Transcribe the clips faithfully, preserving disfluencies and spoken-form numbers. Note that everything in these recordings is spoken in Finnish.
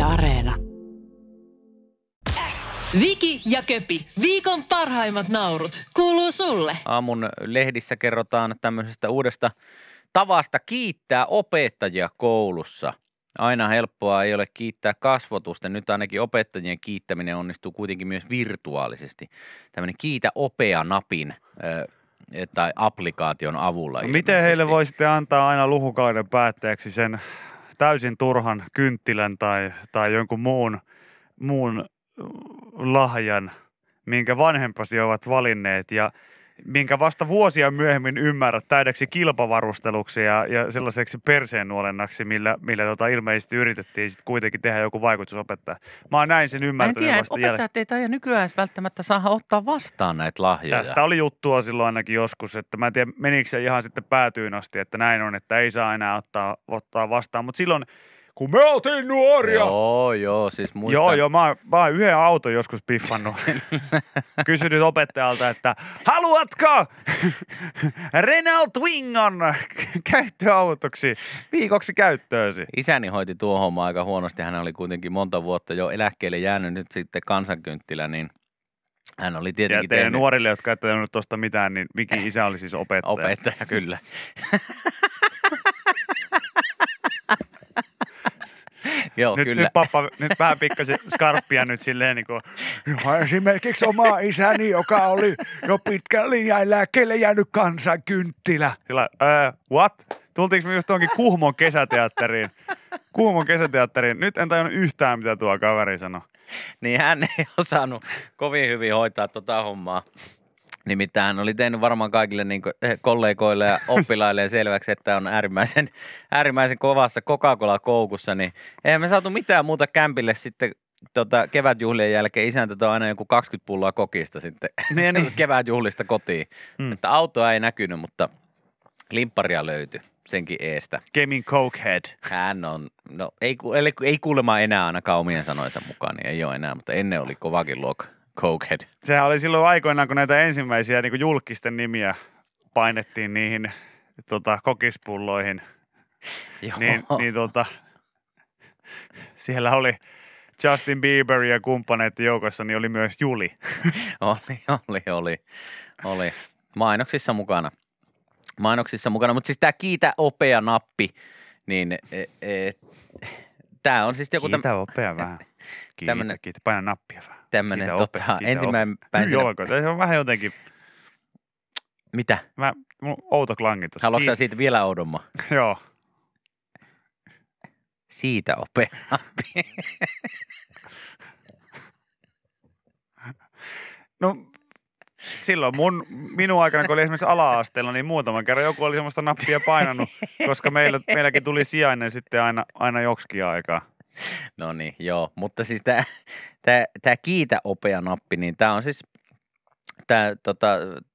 Areena. Viki ja Köpi, viikon parhaimmat naurut, kuuluu sulle. Aamun lehdissä kerrotaan tämmöisestä uudesta tavasta kiittää opettajia koulussa. Aina helppoa ei ole kiittää kasvotusta. Nyt ainakin opettajien kiittäminen onnistuu kuitenkin myös virtuaalisesti. Tämmöinen kiitä opea-napin äh, tai applikaation avulla. No miten heille voisitte antaa aina lukukauden päätteeksi sen täysin turhan kynttilän tai, tai jonkun muun, muun lahjan, minkä vanhempasi ovat valinneet ja minkä vasta vuosia myöhemmin ymmärrät täydeksi kilpavarusteluksi ja, ja sellaiseksi perseennuolennaksi, millä, millä tota ilmeisesti yritettiin sit kuitenkin tehdä joku vaikutusopettaja. Mä oon näin sen ymmärtänyt. Mä en tiedä, opettajat ei taida nykyään välttämättä saa ottaa vastaan näitä lahjoja. Tästä oli juttua silloin ainakin joskus, että mä en tiedä menikö se ihan sitten päätyyn asti, että näin on, että ei saa enää ottaa, ottaa vastaan, mutta silloin kun me oltiin nuoria. Joo, joo, siis muistan. Joo, joo, mä, mä oon yhden auton joskus piffannut. Kysynyt opettajalta, että haluatko Renault Twingon käyttöautoksi viikoksi käyttöösi? Isäni hoiti tuo homma aika huonosti. Hän oli kuitenkin monta vuotta jo eläkkeelle jäänyt nyt sitten kansankynttilä, niin hän oli tietenkin ja teidän tehnyt... nuorille, jotka ette tehnyt tuosta mitään, niin Vikin isä oli siis opettaja. Opettaja, kyllä. Joo, nyt, kyllä. Nyt pappa, nyt vähän pikkasen skarppia nyt silleen niin kuin, esimerkiksi oma isäni, joka oli jo pitkän linjan eläkkeelle jäänyt kansankynttilä. Sillä, uh, what? Tultiinko me just tuonkin Kuhmon kesäteatteriin? Kuhmon kesäteatteriin. Nyt en tajunnut yhtään, mitä tuo kaveri sanoi. Niin hän ei osannut kovin hyvin hoitaa tota hommaa. Nimittäin hän oli tehnyt varmaan kaikille niin kollegoille ja oppilaille selväksi, että on äärimmäisen, äärimmäisen kovassa Coca-Cola-koukussa, niin eihän me saatu mitään muuta kämpille sitten tota, kevätjuhlien jälkeen. Isäntä toi aina joku kaksikymmentä pulloa kokista sitten niin, niin. kevätjuhlista kotiin. Hmm. Että autoa ei näkynyt, mutta limpparia löytyi senkin eestä. Gaming Cokehead. Hän on, no ei, ei kuulemma enää ainakaan omien sanoinsa mukaan, niin ei ole enää, mutta ennen oli kovakin luokka. Cokehead. Sehän oli silloin aikoinaan, kun näitä ensimmäisiä niin kuin julkisten nimiä painettiin niihin tota, kokispulloihin. Joo. Niin, niin tota, siellä oli Justin Bieber ja kumppaneiden joukossa, niin oli myös Juli. oli, oli, oli, oli. Mainoksissa mukana. Mainoksissa mukana, mutta siis tämä kiitä opea nappi, niin e, e, tämä on siis joku... Kiitä täm... opea vähän. Kiitä, tämmönen... kiitä, paina nappia vähän. Tämmöinen tota, ensimmäinen päivänä... Jolkoita, se on vähän jotenkin... Mitä? Mä, mun outo klangi tossa. Haluatko sä siitä vielä oudomma? Joo. Siitä opea nappi. No... Silloin mun, minun aikana, kun oli esimerkiksi ala-asteella, niin muutaman kerran joku oli semmoista nappia painanut, koska meillä, meilläkin tuli sijainen sitten aina, aina joksikin aikaa. No niin, joo. Mutta siis tämä tää, tää kiitä opea nappi, niin tämä on siis tämä tota,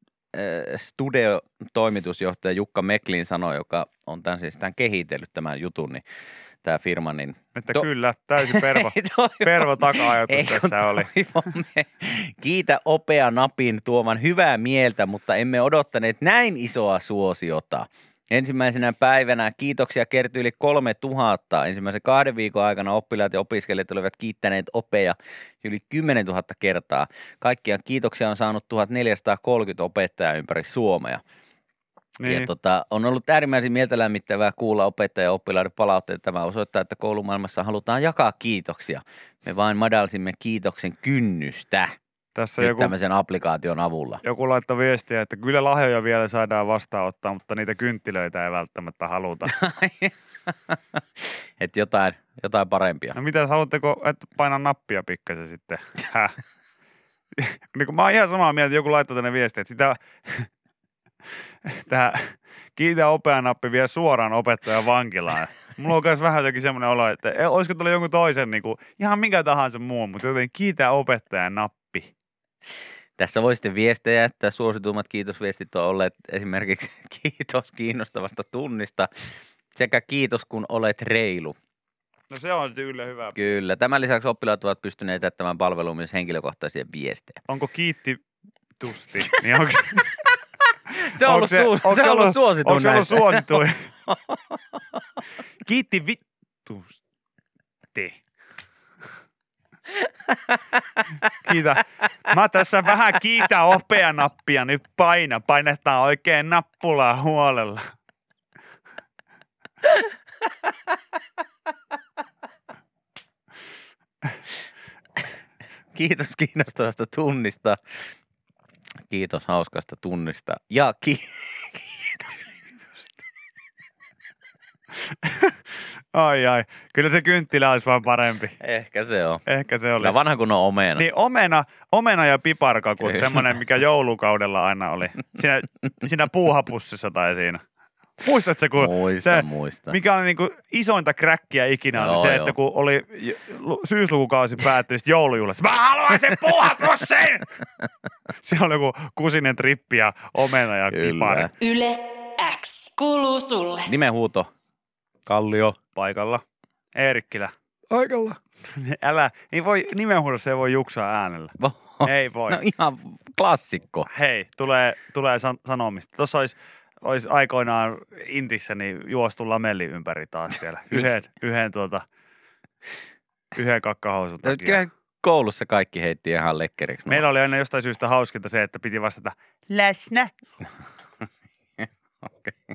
studio-toimitusjohtaja Jukka Meklin sanoi, joka on tämän, siis tämän kehitellyt tämän jutun, niin tämä firma, niin... Että to- kyllä, täysin pervo, pervo taka-ajatus tässä oli. Kiitä opea napin tuoman hyvää mieltä, mutta emme odottaneet näin isoa suosiota. Ensimmäisenä päivänä kiitoksia kertyi yli kolme tuhatta. Ensimmäisen kahden viikon aikana oppilaat ja opiskelijat olivat kiittäneet opea yli kymmenen tuhatta kertaa. Kaikkia kiitoksia on saanut tuhatneljäsataakolmekymmentä opettajaa ympäri Suomea. Niin. Ja tota, on ollut äärimmäisen mieltä lämmittävää kuulla opettaja- ja oppilaiden palautteita. Tämä osoittaa, että koulumaailmassa halutaan jakaa kiitoksia. Me vain madalsimme kiitoksen kynnystä. Tässä nyt joku, tämmöisen applikaation avulla. Joku laittoi viestiä, että kyllä lahjoja vielä saadaan vastaanottaa, mutta niitä kynttilöitä ei välttämättä haluta. Että jotain, jotain parempia. No mitä, haluatteko, että painaa nappia pikkasen sitten? Häh? Niin kun mä oon ihan samaa mieltä, joku laittoi tänne viestiä, että sitä... Tämä kiitä opea nappi vie suoraan opettajan vankilaan. Mulla on myös vähän jotenkin semmoinen olo, että olisiko tuolla jonkun toisen, niin kuin, ihan mikä tahansa muu, mutta joten kiitä opettajan nappi. Tässä voi sitten viestejä, että suosituimmat kiitosviestit on olleet esimerkiksi kiitos kiinnostavasta tunnista sekä kiitos kun olet reilu. No se on kyllä hyvä. Kyllä. Tämän lisäksi oppilaat ovat pystyneet jättämään palveluun myös henkilökohtaisia viestejä. Onko kiitti tusti? Niin onko... Se on ollut, se, su- se ollut, ollut suosituin. Onko se ollut suosituin? Kiitti vittusti. Kiitä. Mä tässä vähän kiitä opea-nappia, nyt paina. Painetaan oikein nappulaa huolella. Kiitos kiinnostavasta tunnista. Kiitos hauskasta tunnista. Ja ki- Ai ai, kyllä se kynttilä olisi vaan parempi. Ehkä se on. Ehkä se olisi. Kyllä vanha kun on omena. Niin omena, omena ja piparkakut, semmoinen mikä joulukaudella aina oli. Siinä, siinä puuhapussissa tai siinä. Muistatko kun Muistan, se, muistan. mikä oli niinku isointa kräkkiä ikinä, oli Joo, se, joo. että kun oli j- lu- syyslukukausi päättyi sitten joulujuhlassa. Mä haluan sen puuhapussin! Siellä oli joku kusinen trippi ja omena ja Kyllä. kipari Yle X kuuluu sulle. Nimenhuuto. Kallio. paikalla. Eerikkilä. Paikalla. Älä, ei voi, nimenhuudossa ei voi juksaa äänellä. Ei voi. No ihan klassikko. Hei, tulee, tulee san- sanomista. Tuossa olisi, olisi aikoinaan Intissä niin juostu lamelli ympäri taas siellä. Yhden, yhden, tuota, yhden kakkahousun takia. Kyllä koulussa kaikki heitti ihan lekkeriksi. Meillä oli aina jostain syystä hauskinta se, että piti vastata läsnä. Okei.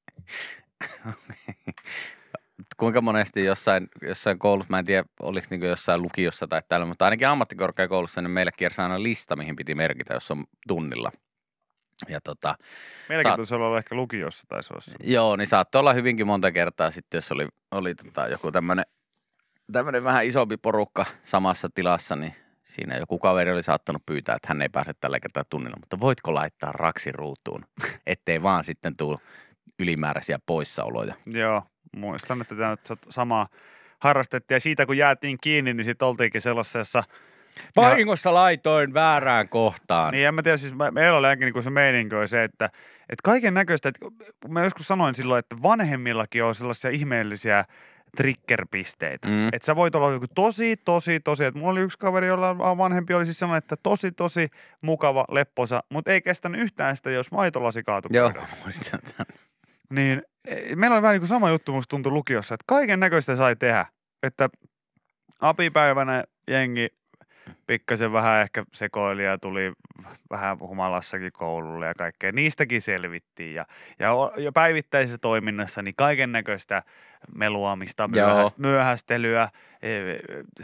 Kuinka monesti jossain, jossain koulussa, mä en tiedä, oliko niin jossain lukiossa tai täällä, mutta ainakin ammattikorkeakoulussa, niin meille kiersi aina lista, mihin piti merkitä, jos on tunnilla. Ja tota, Meilläkin Saat- tuossa olla ehkä lukiossa taisi olla se. joo, niin saattoi olla hyvinkin monta kertaa sitten, jos oli, oli tota, joku tämmöinen tämmöinen vähän isompi porukka samassa tilassa, niin siinä joku kaveri oli saattanut pyytää, että hän ei pääse tällä kertaa tunnilla, mutta voitko laittaa raksi ruutuun, ettei vaan sitten tule ylimääräisiä poissaoloja. Joo, muistan, että tämä nyt samaa harrastettiin. Ja siitä kun jäätiin kiinni, niin sitten oltiinkin sellaisessa... Vahingossa laitoin väärään kohtaan. Niin en mä tiedä, siis mä, meillä oli ainakin niin se meininki oli se, että, että kaiken näköistä, että mä joskus sanoin silloin, että vanhemmillakin on sellaisia ihmeellisiä trigger-pisteitä. Mm. Että sä voit olla joku tosi, tosi, tosi, että mulla oli yksi kaveri, jolla vanhempi oli siis sellainen, että tosi, tosi mukava, lepposa, mutta ei kestänyt yhtään sitä, jos maitolasi kaatui Joo, pöydälle. muistan tämän. Niin e, meillä oli vähän niin kuin sama juttu, musta tuntui lukiossa, että kaiken näköistä sai tehdä. Että apipäivänä jengi pikkasen vähän ehkä sekoili ja tuli vähän humalassakin koululle ja kaikkea. Niistäkin selvittiin ja, ja, ja päivittäisessä toiminnassa niin kaiken näköistä meluamista, myöhäst, myöhästelyä, e, e,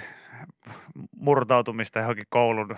murtautumista johonkin koulun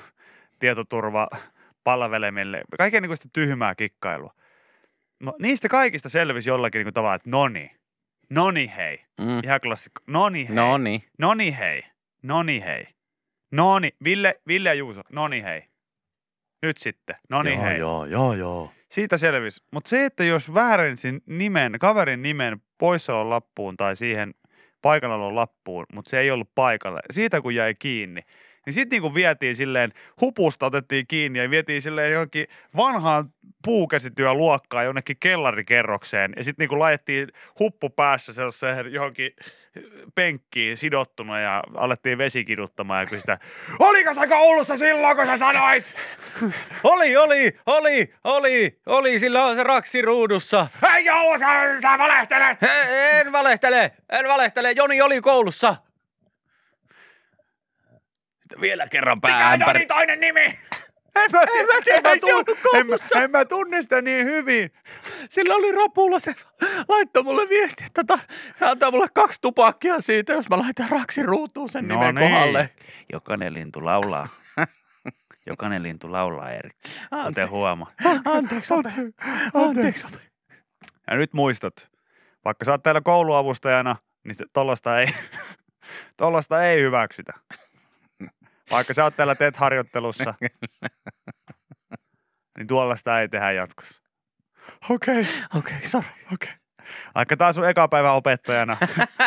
tietoturvapalvelimelle. Kaiken näköistä tyhmää kikkailua. No, niistä kaikista selvisi jollakin niin tavalla, että noni, noni hei, Mm. ihan klassikko, noni hei, No niin. noni hei, noni hei, noni, Ville, Ville ja Juuso, noni hei, nyt sitten, noni Joo, hei. joo, joo, joo. Siitä selvisi, mutta se, että jos väärensin nimen, kaverin nimen poissaolon lappuun tai siihen paikallaolon lappuun, mutta se ei ollut paikalla, siitä kun jäi kiinni, niin sitten niin vietiin silleen, hupusta otettiin kiinni ja vietiin silleen johonkin vanhaan puukäsityöluokkaan jonnekin kellarikerrokseen. Ja sitten niin laitettiin huppu päässä sellaiseen johonkin penkkiin sidottuna ja alettiin vesikiduttamaan ja kysytä, oliko sä koulussa silloin, kun sä sanoit? Oli, oli, oli, oli, oli, sillä on se raksi ruudussa. Ei ollut, sä, sä valehtelet! En valehtele, en valehtele, Joni oli koulussa. Sitten vielä kerran Mikä on pääämpäri. Joni toinen nimi? En mä, en mä, tiedä, en mä, ei se ollut tunn, en, mä, koulussa. en mä tunne sitä niin hyvin. Sillä oli rapulla se, laittoi mulle viesti, että ta, se antaa mulle kaksi tupakkia siitä, jos mä laitan raksi ruutuun sen nimen kohdalle. Jokainen lintu laulaa. Jokainen lintu laulaa, Erkki. Kuten Ante- huomaa. Anteeksi, Ope. Anteeksi, Ope. Ja nyt muistat, vaikka sä oot täällä kouluavustajana, niin se- tollasta ei, tollasta ei hyväksytä. Vaikka sä oot täällä T E T-harjoittelussa, niin tuollaista ei tehdä jatkossa. Okei, okay, Okei, okay, sori. okei. Okay. Vaikka tää on sun eka päivä opettajana.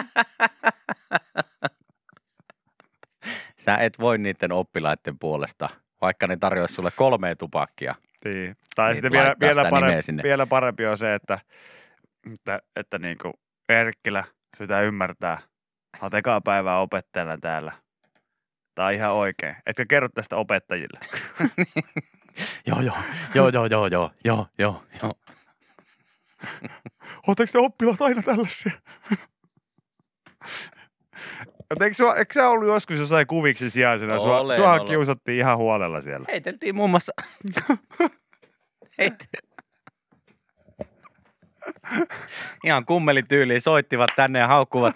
Sä et voi niiden oppilaiden puolesta, vaikka ne tarjoaisi sulle kolme tupakkia. Niin. Tai Niin, sitten vielä, laittaa vielä, sitä nimeä parempi, sinne. vielä parempi on se, että, että, että niin kuin Erkkilä sitä ymmärtää. Olet ekaa päivää opettajana täällä. Tämä on ihan oikein. Etkä kerro tästä opettajille. Joo, joo, joo, joo, joo, joo, joo, joo, joo. Oletteko te oppilaat aina tällaisia? Eikö, sua, eikö sä ollut joskus jossain kuviksi sijaisena? Sua, Olen, suahan olen. kiusattiin ihan huolella siellä. Heiteltiin muun muassa... Heit... Ihan kummelityyliin soittivat tänne ja haukkuvat.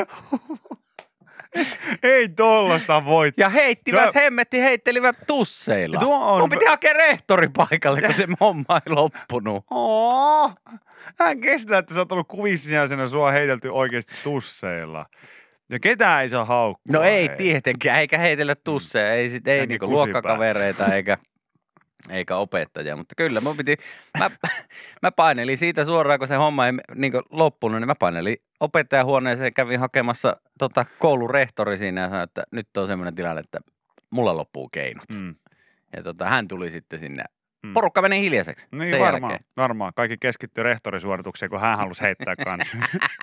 Ei tollasta voi. Ja heittivät, Sä... hemmetti, heittelivät tusseilla. Tuo on... Mun piti hakea rehtori paikalle, kun se homma ei loppunut. Oo. Hän kestää, että sä oot ollut kuviksi sijaisena, sua heitelty oikeasti tusseilla. Ja ketään ei saa haukkua. No ei hei. tietenkään, eikä heitellä tusseja, ei, sit, ei niinku luokkakavereita eikä, eikä opettajia, mutta kyllä mun piti, mä, mä painelin siitä suoraan, kun se homma ei niinku loppunut, niin mä painelin opettajahuoneeseen, kävin hakemassa tota, koulun rehtori siinä ja sanoin, että nyt on semmoinen tilanne, että mulla loppuu keinot. Mm. Ja tota, hän tuli sitten sinne, Mm. porukka meni hiljaiseksi Niin sen varmaan, jälkeen. varmaan. Kaikki keskittyi rehtorisuoritukseen, kun hän halusi heittää kanssa.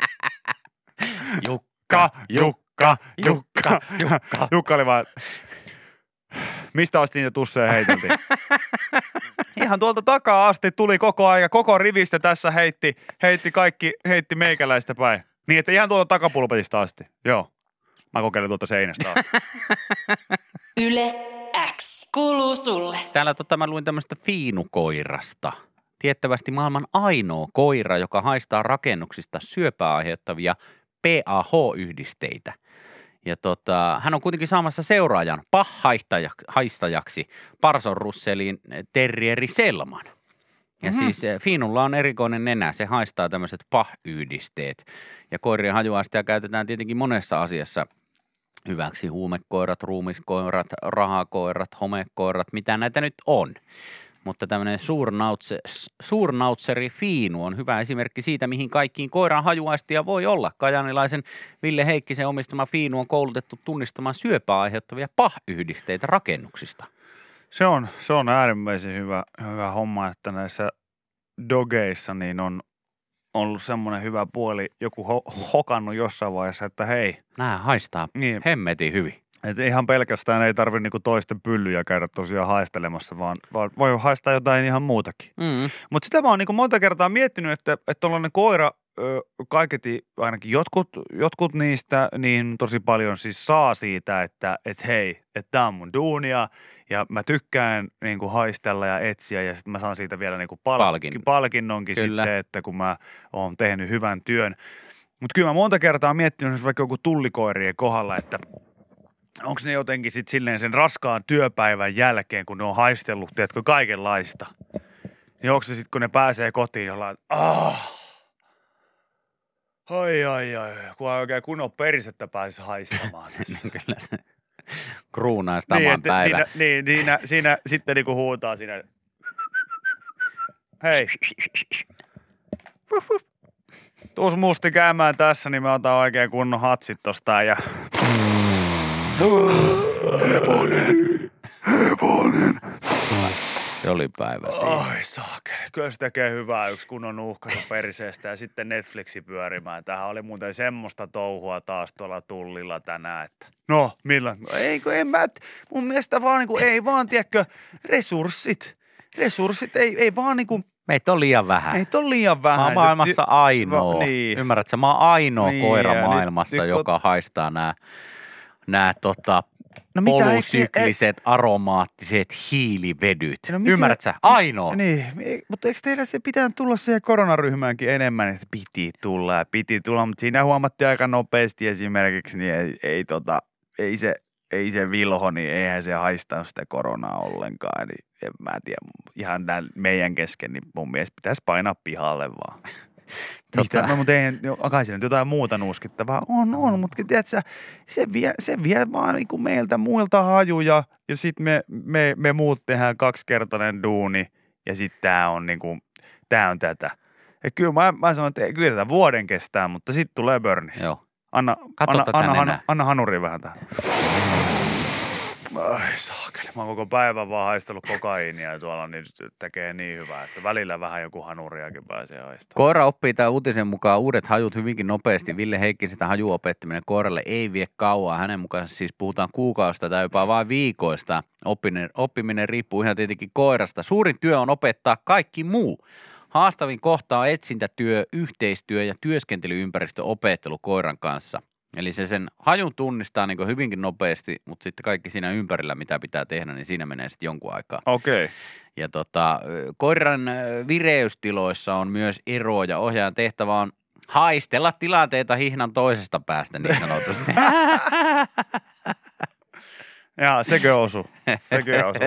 Jukka, Jukka, Jukka, Jukka. Jukka oli vaan, mistä asti niitä tusseja heiteltiin? Ihan tuolta takaa asti tuli koko ajan, koko rivistä tässä heitti, heitti kaikki, heitti meikäläistä päin. Niin, että ihan tuolta takapulpetista asti. Joo. Mä kokeilen tuolta seinästä asti. Yle X kuuluu sulle. Täällä tota, mä luin tämmöistä fiinukoirasta. Tiettävästi maailman ainoa koira, joka haistaa rakennuksista syöpää aiheuttavia P A H-yhdisteitä. Ja tota, hän on kuitenkin saamassa seuraajan pah-haistajaksi Parson Russellin terrieri Selman. Ja mm-hmm. siis fiinulla on erikoinen nenä, se haistaa tämmöiset pah-yhdisteet. Ja koirien hajuaistia käytetään tietenkin monessa asiassa hyväksi. Huumekoirat, ruumiskoirat, rahakoirat, homekoirat, mitä näitä nyt on. Mutta tämmöinen suurnautse, suurnautseri fiinu on hyvä esimerkki siitä, mihin kaikkiin koiran hajuaistia voi olla. Kajanilaisen Ville Heikkisen omistama fiinu on koulutettu tunnistamaan syöpää aiheuttavia pah-yhdisteitä rakennuksista. Se on, se on äärimmäisen hyvä, hyvä homma, että näissä dogeissa niin on ollut semmoinen hyvä puoli, joku ho- hokannut jossain vaiheessa, että hei. Nää haistaa Niin. hemmetin hyvin. Että ihan pelkästään ei tarvitse niinku toisten pyllyjä käydä tosiaan haistelemassa, vaan, vaan voi haistaa jotain ihan muutakin. Mm. Mutta sitä mä oon niinku monta kertaa miettinyt, että että tollainen koira, ö, kaiketi ainakin jotkut, jotkut niistä, niin tosi paljon siis saa siitä, että et hei, että tää on mun duunia ja mä tykkään niinku haistella ja etsiä ja sitten mä saan siitä vielä niinku pal- Palkin. palkinnonkin Kyllä. sitten, että kun mä oon tehnyt hyvän työn. Mutta kyllä mä monta kertaa miettinyt vaikka joku tullikoirien kohdalla, että onko ne jotenkin sitten silleen sen raskaan työpäivän jälkeen, kun ne on haistellut, tiedätkö, kaikenlaista. Niin onko se sitten, kun ne pääsee kotiin jollain, ah, ai ai ai, kun oikein kunnon perisettä pääsisi haistamaan. Kyllä se kruunaisi saman niin, päivän. Siinä, niin, siinä, siinä sitten niinku huutaa siinä, hei, tuus musti käymään tässä, niin mä otan oikein kunnon hatsit tosta ja hevonen, hevonen. Se oli päivä siinä. Ai saakeli, kyllä se tekee hyvää yksi kunnon uhkaisu periseestä ja sitten Netflixi pyörimään. Tähän oli muuten semmoista touhua taas tuolla tullilla tänään, että no millä? No, eikö, en mä, mun mielestä vaan niinku, ei vaan, tiedätkö, resurssit, resurssit, ei, ei vaan niinku. Meitä on liian vähän. Meitä on liian vähän. Mä oon maailmassa ainoa. Va, niin. Ymmärrätkö? Mä oon ainoa niin, koira nyt, maailmassa, nyt, joka haistaa nämä nää tota no mitä, polysykliset, aromaattiset hiilivedyt. No mitä, Ymmärrätkö sä? Ainoa. Niin, mutta eikö teillä se pitää tulla siihen koronaryhmäänkin enemmän, että piti tulla ja piti tulla, mutta siinä huomattiin aika nopeasti esimerkiksi, niin ei, ei, tota, ei, se, ei se vilho, niin eihän se haistaa sitä koronaa ollenkaan. Niin en mä tiedä, ihan tämän meidän kesken, niin mun mielestä pitäisi painaa pihalle vaan. Mitä? No, mutta ei, kai siinä nyt jotain muuta nuuskittavaa. On, on, mutta tiedätkö, se vie, se vie vaan niin kuin meiltä muilta hajuja ja sitten me, me, me muut tehdään kaksikertainen duuni ja sitten tää on niin kuin, tää on tätä. Ja kyllä mä, mä sanon, että kyllä tätä vuoden kestää, mutta sitten tulee burnis. Joo. Anna, Katso anna, tätä anna, nenää. anna, anna hanuriin vähän tähän. Ai saakeli, mä oon koko päivän vaan haistellut kokaiinia tuolla, niin tekee niin hyvää, että välillä vähän joku hanuriakin pääsee haistamaan. Koira oppii tämän uutisen mukaan uudet hajut hyvinkin nopeasti. Ville Heikkisen hajuopettaminen koiralle ei vie kauan. Hänen mukaan siis puhutaan kuukausista tai jopa vain viikoista. Oppiminen, oppiminen riippuu ihan tietenkin koirasta. Suurin työ on opettaa kaikki muu. Haastavin kohta on etsintätyö, yhteistyö ja työskentelyympäristön opettelu koiran kanssa. Eli se sen hajun tunnistaa niin hyvinkin nopeasti, mutta sitten kaikki siinä ympärillä, mitä pitää tehdä, niin siinä menee sitten jonkun aikaa. Okei. Okay. Ja tota, koiran vireystiloissa on myös eroja. Ohjaajan tehtävä on haistella tilanteita hihnan toisesta päästä niin sanotusti. Jaa, sekö osu? Sekö osu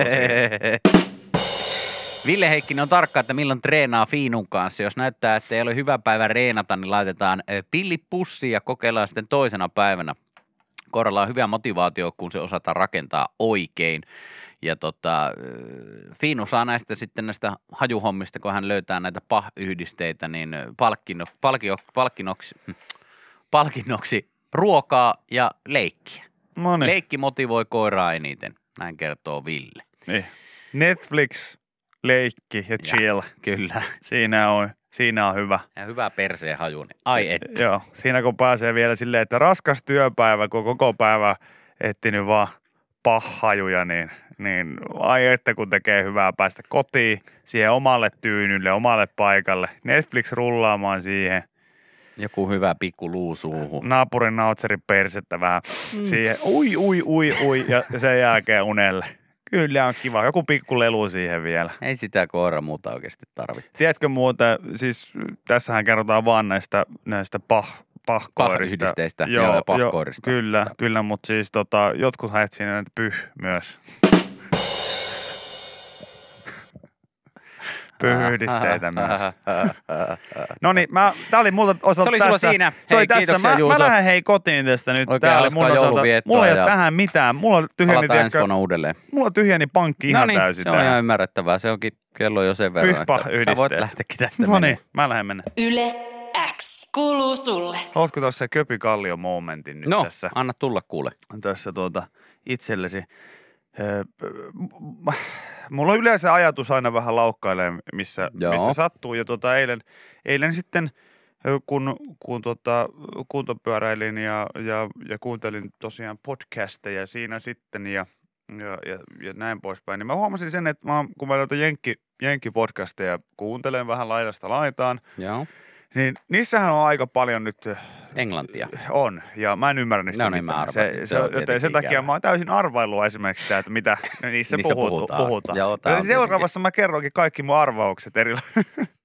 Ville Heikkinen on tarkka, että milloin treenaa Fiinun kanssa. Jos näyttää, että ei ole hyvä päivä reenata, niin laitetaan pilli pussiin ja kokeillaan sitten toisena päivänä. Koiralla on hyvä motivaatio, kun se osataan rakentaa oikein. Ja tota, Fiinu saa näistä sitten näistä hajuhommista, kun hän löytää näitä P A H-yhdisteitä, niin palkkino, palkio, palkinoksi, palkinnoksi ruokaa ja leikkiä. Noniin. Leikki motivoi koiraa eniten, näin kertoo Ville. Niin. Netflix, leikki ja chill. Ja, kyllä. Siinä on, siinä on hyvä. Ja hyvä perseen haju, niin ai et. Joo, siinä kun pääsee vielä silleen, että raskas työpäivä, kun koko päivä etsinyt vaan pahajuja, niin, niin ai että kun tekee hyvää päästä kotiin, siihen omalle tyynylle, omalle paikalle, Netflix rullaamaan siihen. Joku hyvä pikku luu suuhun. Naapurin nautserin persettä vähän mm. siihen, ui, ui, ui, ui, ja sen jälkeen unelle. Kyllä on kiva. Joku pikku lelu siihen vielä. Ei sitä koira muuta oikeasti tarvitse. Tiedätkö muuten, siis tässähän kerrotaan vaan näistä, näistä pah, pahkoirista. Pah-yhdisteistä joo, ja pahkoirista. Jo, kyllä, kyllä, mutta siis tota, jotkut etsii näitä pyh myös. Pyh-yhdisteitä myös. No niin, tää oli multa osalta se oli tässä. Sulla siinä. Se hei, oli tässä. Mä, mä lähden hei kotiin tästä nyt. Oikein tää oli mun osalta. Mulla ei ole tähän mitään. Mulla tyhjeni, tiedätkö, uudelleen. Mulla tyhjeni pankki ihan Noniin, täysin. Se on ihan ymmärrettävää. Se onkin kello jo sen verran, että sä voit lähteäkin tästä No niin, mä lähden mennä. Yle X kuuluu sulle. Ootko tuossa se Köpi Kallio momentin nyt no, tässä? No, anna tulla kuule. Tässä tuota itsellesi. Mulla on yleensä ajatus aina vähän laukkailee, missä, missä sattuu. Ja tuota, eilen, eilen sitten, kun, kun tuota, kuntopyöräilin ja, ja, ja kuuntelin tosiaan podcasteja siinä sitten ja, ja, ja, ja näin poispäin, niin mä huomasin sen, että mä, kun mä noita jenkki, jenkkipodcasteja kuuntelen vähän laidasta laitaan, Joo. niin niissähän on aika paljon nyt englantia. On, ja mä en ymmärrä niistä no, niin mitään. Mä arvasin, se, se, se, sen takia mä oon täysin arvaillut esimerkiksi sitä, että mitä niissä, niissä puhutu, puhutaan. puhutaan. Joo, ja seuraavassa mä kerroinkin kaikki mun arvaukset erilaisia.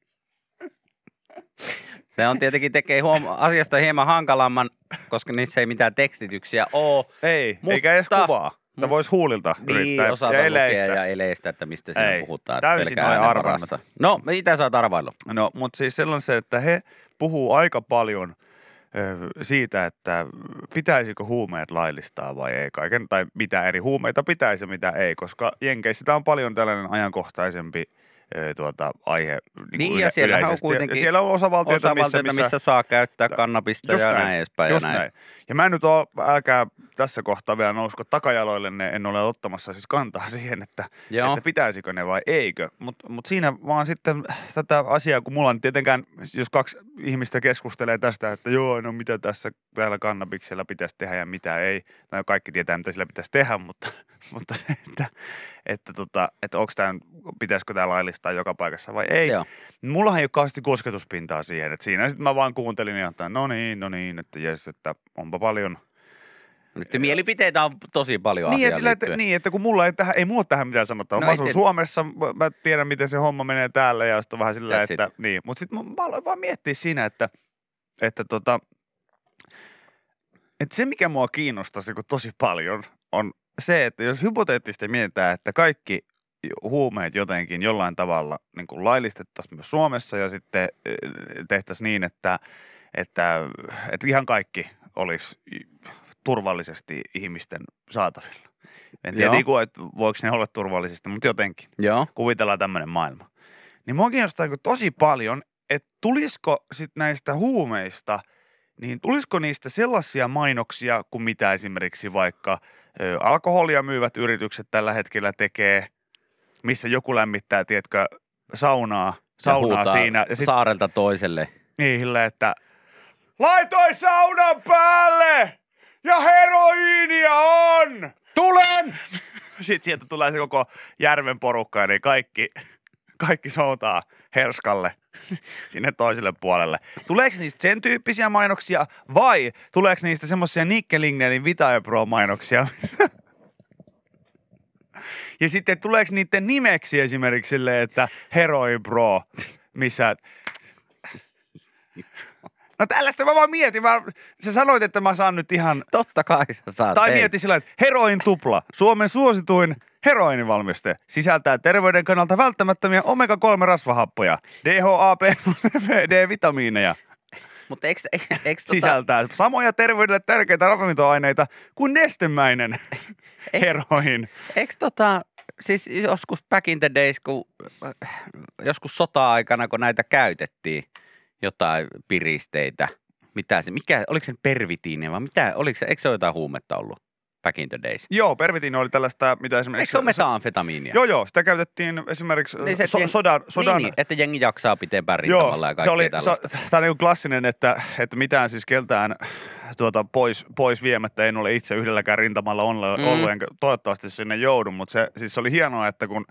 Se on tietenkin tekee huom- asiasta hieman hankalamman, koska niissä ei mitään tekstityksiä ole. Ei, mutta, eikä edes kuvaa. Mutta voisi huulilta niin, yrittää osata ja lukea ja eleistä, että mistä siinä ei, puhutaan. Täysin olen arvannut. No, mitä sä oot arvaillut? No, mutta siis sellainen, että he puhuu aika paljon siitä, että pitäisikö huumeet laillistaa vai ei kaiken, tai mitä eri huumeita pitäisi ja mitä ei, koska Jenkeissä tämä on paljon tällainen ajankohtaisempi tuota, aihe niin, niin ja siellä on kuitenkin ja siellä on osavaltioita, osavaltioita missä, missä saa käyttää kannabista ja näin, näin edespäin. Just ja näin. näin. Ja mä en nyt ole, älkää tässä kohtaa vielä nousko takajaloille, en ole ottamassa siis kantaa siihen, että, että pitäisikö ne vai eikö. Mutta mut siinä vaan sitten tätä asiaa, kun mulla on tietenkään, jos kaksi ihmistä keskustelee tästä, että joo, no mitä tässä täällä kannabiksella pitäisi tehdä ja mitä ei. No kaikki tietää, mitä sillä pitäisi tehdä, mutta, mutta että, että, tota, että onko tämä, pitäisikö tämä laillistaa joka paikassa vai ei. Joo. Mullahan ei ole kauheasti kosketuspintaa siihen, että siinä sitten mä vaan kuuntelin ja että no niin, no niin, että jes, että onpa paljon. Nyt mielipiteitä on tosi paljon niin, asiaan sillä, että, niin, että kun mulla ei, tähän, ei mulla tähän mitään sanottavaa. No mä asun te... Suomessa, mä tiedän miten se homma menee täällä ja sitten vähän sillä, että it. niin. Mutta sitten mä aloin vaan miettiä siinä, että, että, tota, että se mikä mua kiinnostaisi tosi paljon on se, että jos hypoteettisesti mietitään, että kaikki huumeet jotenkin jollain tavalla niin kuin laillistettaisiin myös Suomessa ja sitten tehtäisiin niin, että, että, että ihan kaikki olisi turvallisesti ihmisten saatavilla. En tiedä, niin kuin, että voiko ne olla turvallisesti, mutta jotenkin. Joo. Kuvitellaan tämmöinen maailma. Niin mua kiinnostaa niin tosi paljon, että tulisiko sitten näistä huumeista, niin tulisiko niistä sellaisia mainoksia kuin mitä esimerkiksi vaikka ö, alkoholia myyvät yritykset tällä hetkellä tekee, missä joku lämmittää, tiedätkö, saunaa, saunaa ja siinä. Ja sit, saarelta toiselle. Niin, että laitoin saunan päälle! Ja heroiinia on! Tulen! Sitten sieltä tulee se koko järven porukka, niin kaikki, kaikki soutaa herskalle sinne toiselle puolelle. Tuleeko niistä sen tyyppisiä mainoksia vai tuleeko niistä semmoisia Nicke Lingnerin Vitae Pro-mainoksia? Ja sitten tuleeko niiden nimeksi esimerkiksi silleen, että Heroin Pro, missä... No tällaista mä vaan mietin. Mä, sä sanoit, että mä saan nyt ihan... Totta kai sä saat. Tai ei. mietin sillä, että Heroin Tupla, Suomen suosituin heroinivalmiste, sisältää terveyden kannalta välttämättömiä omega kolme rasvahappoja, D H A P plus F D-vitamiineja. Mutta eikö, eikö, eikö tota... Sisältää samoja terveydelle tärkeitä ravintoaineita kuin nestemäinen heroin. Eikö tota, siis joskus back in the days, kun joskus sota-aikana, kun näitä käytettiin, jotain piristeitä, mitä se, mikä, oliko se pervitiini vai mitä, oliko se, eikö se ole jotain huumetta ollut back in the days? Joo, pervitiini oli tällaista, mitä esimerkiksi... Eikö se ole metamfetamiinia? Joo, joo, sitä käytettiin esimerkiksi niin se, so, jengi, sodan... sodan niin, niin, että jengi jaksaa pitempään rintamalla ja kaikkea tällaista. Tämä on niin klassinen, että, että mitään siis keltään tuota, pois, pois viemättä en ole itse yhdelläkään rintamalla ollut, mm. ollut enkä toivottavasti sinne joudu, mutta se, siis se oli hienoa, että kun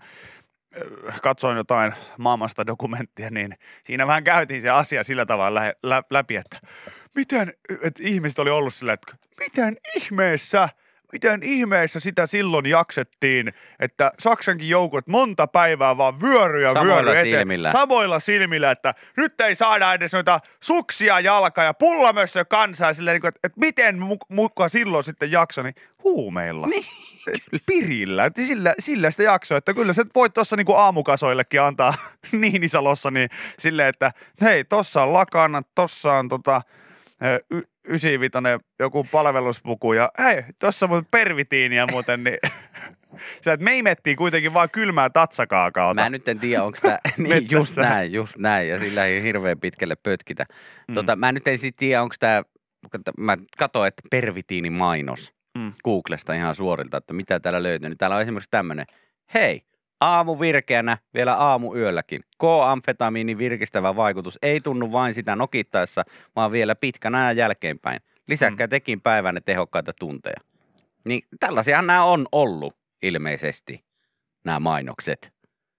katsoin jotain maailmasta dokumenttia, niin siinä vähän käytiin se asia sillä tavalla lä- lä- läpi, että miten, että ihmiset oli ollut sillä, että miten ihmeessä, miten ihmeessä sitä silloin jaksettiin, että Saksankin joukot monta päivää vaan vyöry ja vyöry eteen. Silmillä. Samoilla silmillä, että nyt ei saada edes noita suksia jalka ja pullamössö kansaa silleen, että, että miten mukaan silloin sitten jakso, niin huumeilla. Niin. Pirillä. Sillä, sillä sitä jaksoa, että kyllä sä voit tuossa niinku aamukasoillekin antaa Niinisalossa niin silleen, että hei, tossa on lakana, tossa on tota y- ysivitonen joku palveluspuku ja hei, tossa on pervitiiniä muuten, niin sillä, että me imettiin kuitenkin vaan kylmää tatsakaakaota. Mä nyt en tiedä, onko tämä, niin just näin, just näin, ja sillä ei hirveän pitkälle pötkitä. Mm. Tota, mä nyt en sitten tiedä, onko tämä, mä katsoin, että pervitiinimainos. Mm. Googlesta ihan suorilta, että mitä täällä löytyy. Niin täällä on esimerkiksi tämmöinen, hei, aamu virkeänä, vielä aamu yölläkin. K-amfetamiinin virkistävä vaikutus ei tunnu vain sitä nokittaessa, vaan vielä pitkän ajan jälkeenpäin. Lisäkää mm. tekin päivänne tehokkaita tunteja. Niin tällaisiahan nämä on ollut ilmeisesti, nämä mainokset.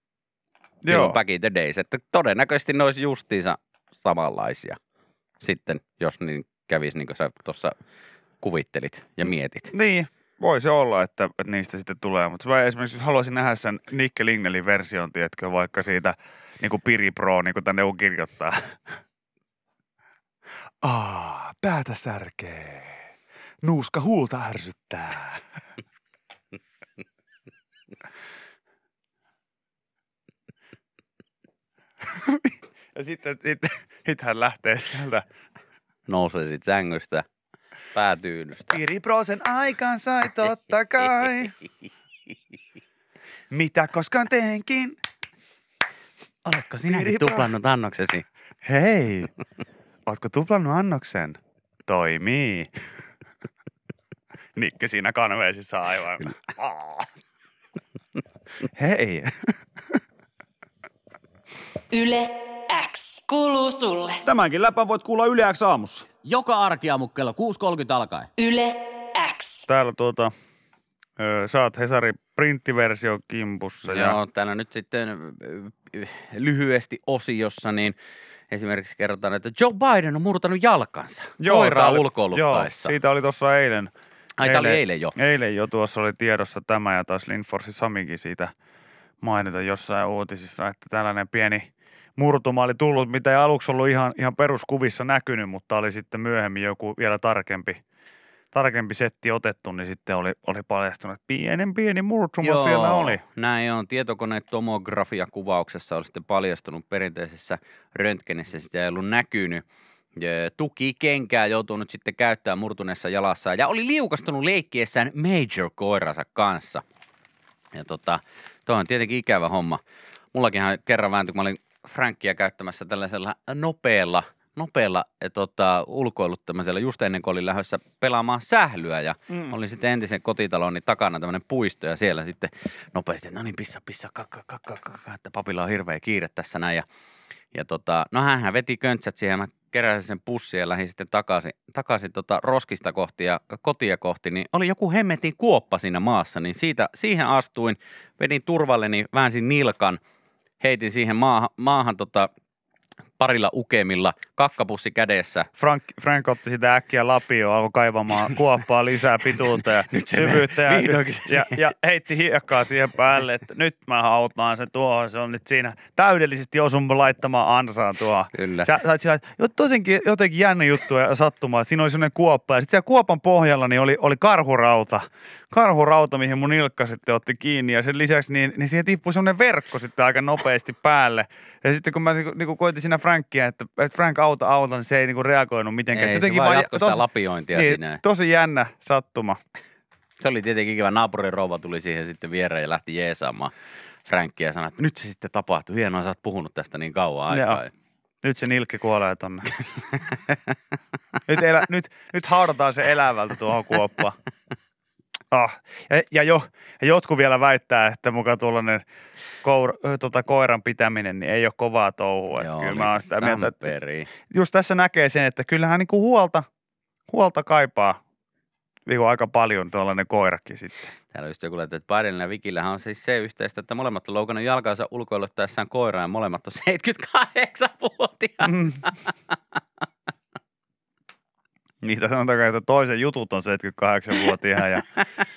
Joo. Back in the days, että todennäköisesti ne olisi justiinsa samanlaisia. Sitten, jos niin kävisi niin kuin sä tuossa kuvittelit ja mietit. Niin, voi se olla, että, että niistä sitten tulee. Mutta mä esimerkiksi haluaisin nähdä sen Nicke Lingnelin version, tiedätkö, vaikka siitä niin kuin Piri Pro, niin kuin tänne on kirjoittaa. Aa, päätä särkee. Nuuska huulta ärsyttää. Ja sitten, sitten, sitten hän lähtee sieltä. Nousee sit sängystä. Päätyynystä. Piri Prosen aikaan sai totta kai. Mitä koskaan teenkin. Oletko sinäkin tuplannut annoksesi? Hei, ootko tuplannut annoksen? Toimii. Nikke siinä kanveesissa aivan. Hei. Yle X kuuluu sulle. Tämänkin läpän voit kuulla Yle X aamussa. Joka arkiaamu kello kuusi kolmekymmentä alkaen. Yle X. Täällä tuota, ö, sä oot Hesari printtiversio kimpussa. Joo, ja... täällä nyt sitten lyhyesti osiossa, niin esimerkiksi kerrotaan, että Joe Biden on murtanut jalkansa Joo, koiraa oli, ulkoiluttaessa. Joo, siitä oli tuossa eilen. Ai, eilen, oli eilen jo? Eilen jo, tuossa oli tiedossa tämä ja taas Lindforsin Samikin siitä mainita jossain uutisissa, että tällainen pieni murtuma oli tullut, mitä ei aluksi ollut ihan, ihan peruskuvissa näkynyt, mutta oli sitten myöhemmin joku vielä tarkempi, tarkempi setti otettu, niin sitten oli, oli paljastunut, että pienen pieni murtuma Joo, siellä oli. Näin on. Tietokoneen tomografiakuvauksessa oli sitten paljastunut, perinteisessä röntgenissä sitä ei ollut näkynyt. Tukikenkää joutuu nyt sitten käyttämään murtuneessa jalassa ja oli liukastunut leikkiessään Major-koiransa kanssa. Ja tota, toi on tietenkin ikävä homma. Mullakinhan kerran vääntyi, kun mä olin Frankia käyttämässä tällaisella nopealla, nopealla et, tota, ulkoiluttamisella just ennen kuin olin lähdössä pelaamaan sählyä ja mm. olin sitten entisen kotitaloni takana tämmöinen puisto ja siellä sitten nopeasti, no niin pissa, pissa, kakka, kakka, kakka, että papilla on hirveä kiire tässä näin ja, ja tota, no hänhän veti köntsät siihen, mä keräsin sen pussin ja lähdin sitten takaisin, takaisin tota roskista kohti ja kotia kohti, niin oli joku hemmetin kuoppa siinä maassa, niin siitä, siihen astuin, vedin turvalleni, väänsin nilkan, heitin siihen maahan, maahan tota parilla ukemilla, kakkapussi kädessä. Frank, Frank otti sitä äkkiä lapioon, alkoi kaivamaan kuoppaa lisää pituutta ja syvyyttä ja, ja, ja heitti hiekkaa siihen päälle, että nyt mä hautaan se tuohon, se on nyt siinä täydellisesti osun laittamaan ansaan tuohon. Kyllä. Sä, sä oot sillä, että jotenkin, jotenkin jännä juttu ja sattumaa, että siinä oli sellainen kuoppa ja sitten siellä kuopan pohjalla niin oli, oli karhurauta. Karhurauta, mihin mun nilkka sitten otti kiinni ja sen lisäksi niin, niin siihen tippui semmoinen verkko sitten aika nopeasti päälle. Ja sitten kun mä niinku koitin siinä Frankia, että, että Frank auta auta, niin se ei niinku reagoinut mitenkään. Ei, jotenkin se vaan vaan jatkoi sitä tosi, lapiointia niin, siinä. tosi jännä sattuma. Se oli tietenkin kiva. Naapurin rouva tuli siihen sitten viereen ja lähti jeesaamaan Frankia ja sanoi, että nyt se sitten tapahtui. Hienoa, sä oot puhunut tästä niin kauan aikaa. Joo. Nyt se nilkki kuolee tonne. nyt, elä, nyt, nyt haudataan se elävältä tuohon kuoppaan. Ah. Ja, ja, jo, ja jotkut vielä väittää, että mukaan tuollainen koura, tota, koiran pitäminen niin ei ole kovaa touhua. Joo, kyllä mä oon sitä mieltä, että just tässä näkee sen, että kyllähän niinku huolta, huolta kaipaa niinku aika paljon tuollainen koirakin sitten. Täällä on just joku laittaa, että Bidenilla ja Vikillähän on siis se yhteistä, että molemmat on loukannut jalkansa ulkoiluttaessaan koiraa ja molemmat on seitsemänkymmentäkahdeksanvuotiaat. Mm. Niitä sanotaan, että toisen jutut on seitsemänkymmentäkahdeksanvuotiaan ja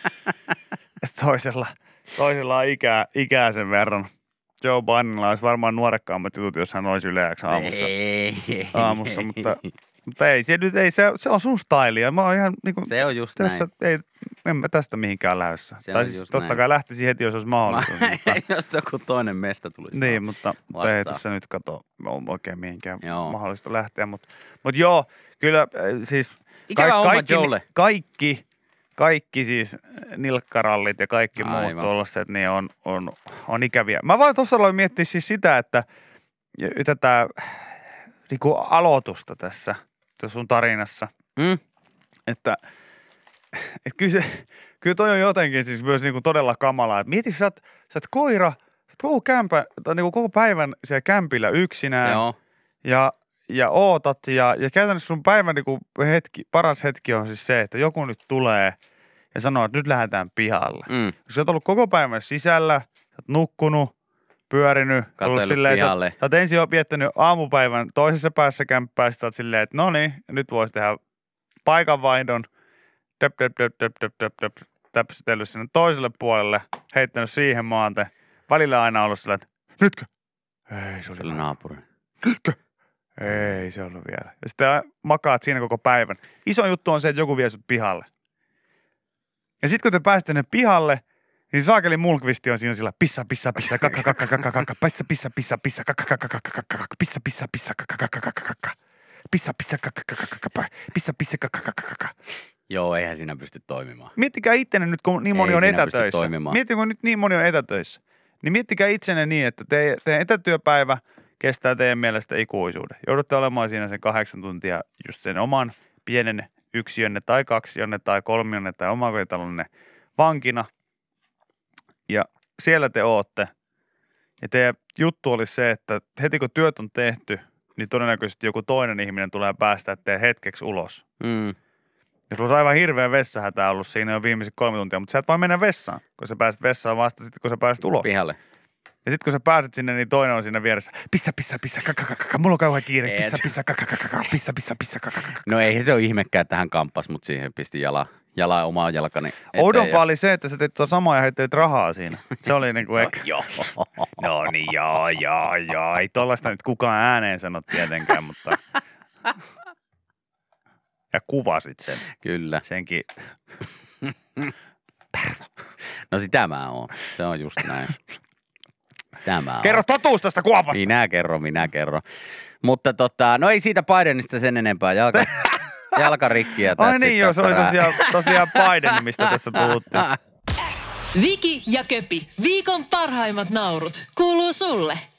toisella, toisella on ikää, ikää sen verran. Joe Bidenilla olisi varmaan nuorekkaammat jutut, jos hän olisi yleensä aamussa, ei, aamussa mutta, mutta ei, se, nyt ei, se, se on sun stylia. Mä oon ihan niin kuin, se on just tässä, näin. Ei, en mä tästä mihinkään lähdössä. Se tai on siis just totta näin. kai lähtisi heti, jos olisi mahdollisuus. mutta, jos joku toinen mesta tulisi. niin, mutta, mutta ei vastaan. tässä nyt kato on oikein mihinkään Joo. mahdollista lähteä. Mutta, mutta joo, kyllä äh, siis Ikävä homma kaikki, Joelle. kaikki, kaikki siis nilkkarallit ja kaikki Aivan. muut tuollaiset, niin on, on, on ikäviä. Mä vaan tuossa aloin miettiä siis sitä, että tätä niin kuin aloitusta tässä, tässä sun tarinassa, Mm? että, että kyllä, se, kyllä toi on jotenkin siis myös niin kuin todella kamalaa. Että mieti, sä oot, sä oot koira, sä oot koko, kämpä, tai niin kuin koko päivän siellä kämpillä yksinään. Joo. Ja, ja ootat ja, ja käytännössä sun päivän niin kuin hetki, paras hetki on siis se, että joku nyt tulee ja sanoo, että nyt lähdetään pihalle. Mm. Jos sä oot ollut koko päivän sisällä, sä oot nukkunut, pyörinyt, Katsellut silleen, pihalle. Sä, sä oot ensin jo viettänyt aamupäivän toisessa päässä kämppää, sit sä oot silleen, että no niin, nyt voisi tehdä paikanvaihdon, döp, döp, döp, döp, döp, döp, döp, täpsytellyt sinne toiselle puolelle, heittänyt siihen maante. Välillä aina ollut silleen, että nytkö? Ei, se oli, Se oli naapuri. Nytkö? Ei se ollut vielä. Ja sitten makaat siinä koko päivän. Iso juttu on se, että joku vie sut pihalle. Ja sitten kun te pääsette ne pihalle, niin saakeli Mulkvisti on siinä sillä pissa, pissa, pissa, kakka, kakka, kakka, kakka, pissa, pissa, pissa, pissa, kakka, kakka, kakka, kakka, pissa, pissa, pissa, kakka, kakka, kakka, kakka, pissa, pissa, kakka, kakka, kakka, pissa, pissa, kakka, kakka, kakka. Joo, eihän siinä pysty toimimaan. Miettikää ittenne nyt, kun niin moni Ei on siinä pysty etätöissä. toimimaan. Miettikää, kun nyt niin moni on etätöissä. Niin miettikää itsenne niin, että te, teidän etätyöpäivä kestää teidän mielestä ikuisuuden. Joudutte olemaan siinä sen kahdeksan tuntia just sen oman pienen yksiönne tai kaksionne tai kolmionne tai omakotitalonne vankina. Ja siellä te ootte. Ja teidän juttu olisi se, että heti kun työt on tehty, niin todennäköisesti joku toinen ihminen tulee päästä teidän hetkeksi ulos. Mm. Ja sulla on aivan hirveä vessahätä ollut siinä jo viimeiset kolme tuntia, mutta sä et vaan mennä vessaan, kun sä pääset vessaan vasta sitten, kun sä pääset ulos. Pihalle. Ja sitten kun sä pääset sinne, niin toinen on siinä vieressä. Pissa, pissa, pissa, kaka, kaka, kaka, mulla on kauhean kiire. Et. Pissa, pissa, kaka, kaka, kaka, pissa, pissa, pissa, kaka, kaka. No ei se ole ihmekään, että hän kamppas, mutta siihen pisti jala, jala omaa jalkani eteen. Oudompaa oli se, että sä teit tuota samaa ja heittelit rahaa siinä. Se oli niinku ehkä. Joo. No niin, joo, joo, joo. Ei tollaista nyt kukaan ääneen sano tietenkään, mutta. Ja kuvasit sen. Kyllä. Senkin. No sitä mä oon. Se on just näin. Sitä mä oon. Kerro totuus tästä kuopasta. Minä kerron, minä kerron. Mutta tota, no ei siitä Bidenista sen enempää. Jalka, jalkarikkiä. Ai niin joo, se oli tosiaan, tosiaan Biden, mistä tässä puhuttiin. Viki ja Köpi, viikon parhaimmat naurut, kuuluu sulle.